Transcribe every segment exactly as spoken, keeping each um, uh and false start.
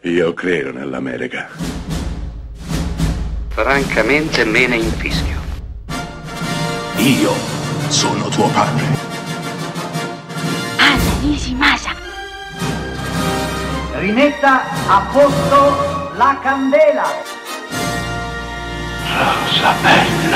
Io credo nell'America. Francamente me ne infischio. Io sono tuo padre. Anna Nishimasa. Rimetta a posto la candela. Rosa bella.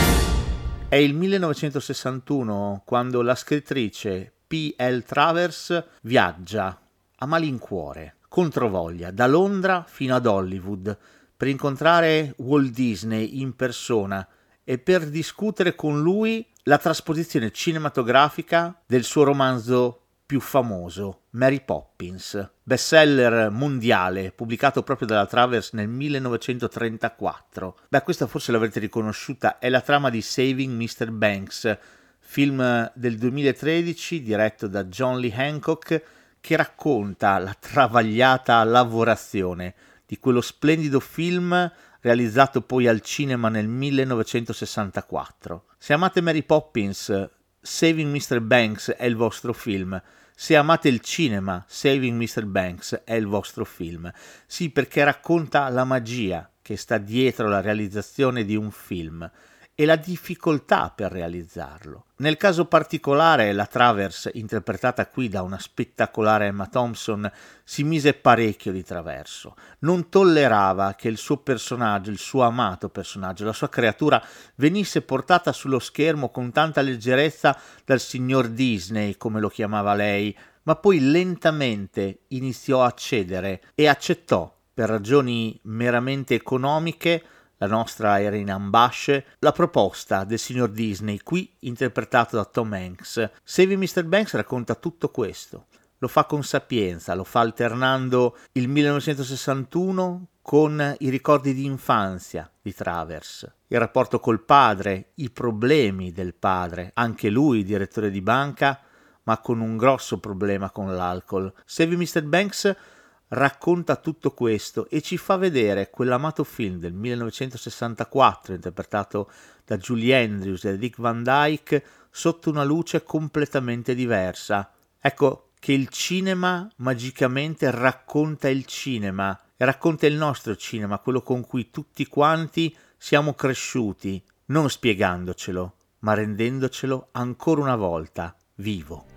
È il millenovecentosessantuno quando la scrittrice P L Travers viaggia a malincuore, controvoglia, da Londra fino ad Hollywood per incontrare Walt Disney in persona e per discutere con lui la trasposizione cinematografica del suo romanzo più famoso, Mary Poppins, bestseller mondiale pubblicato proprio dalla Travers nel millenovecentotrentaquattro. Beh, questa forse l'avrete riconosciuta, è la trama di Saving mister Banks, film del duemilatredici diretto da John Lee Hancock, che racconta la travagliata lavorazione di quello splendido film realizzato poi al cinema nel millenovecentosessantaquattro. Se amate Mary Poppins, Saving mister Banks è il vostro film. Se amate il cinema, Saving mister Banks è il vostro film. Sì, perché racconta la magia che sta dietro la realizzazione di un film e la difficoltà per realizzarlo. Nel caso particolare, la Travers, interpretata qui da una spettacolare Emma Thompson, si mise parecchio di traverso. Non tollerava che il suo personaggio, il suo amato personaggio, la sua creatura, venisse portata sullo schermo con tanta leggerezza dal signor Disney, come lo chiamava lei, ma poi lentamente iniziò a cedere e accettò, per ragioni meramente economiche, la nostra era in ambasce, la proposta del signor Disney, qui interpretato da Tom Hanks. Saving mister Banks racconta tutto questo, lo fa con sapienza, lo fa alternando il millenovecentosessantuno con i ricordi di infanzia di Travers, il rapporto col padre, i problemi del padre, anche lui direttore di banca, ma con un grosso problema con l'alcol. Saving mister Banks racconta tutto questo e ci fa vedere quell'amato film del millenovecentosessantaquattro interpretato da Julie Andrews e Dick Van Dyke sotto una luce completamente diversa. Ecco che il cinema magicamente racconta il cinema e racconta il nostro cinema, quello con cui tutti quanti siamo cresciuti, non spiegandocelo, ma rendendocelo ancora una volta vivo.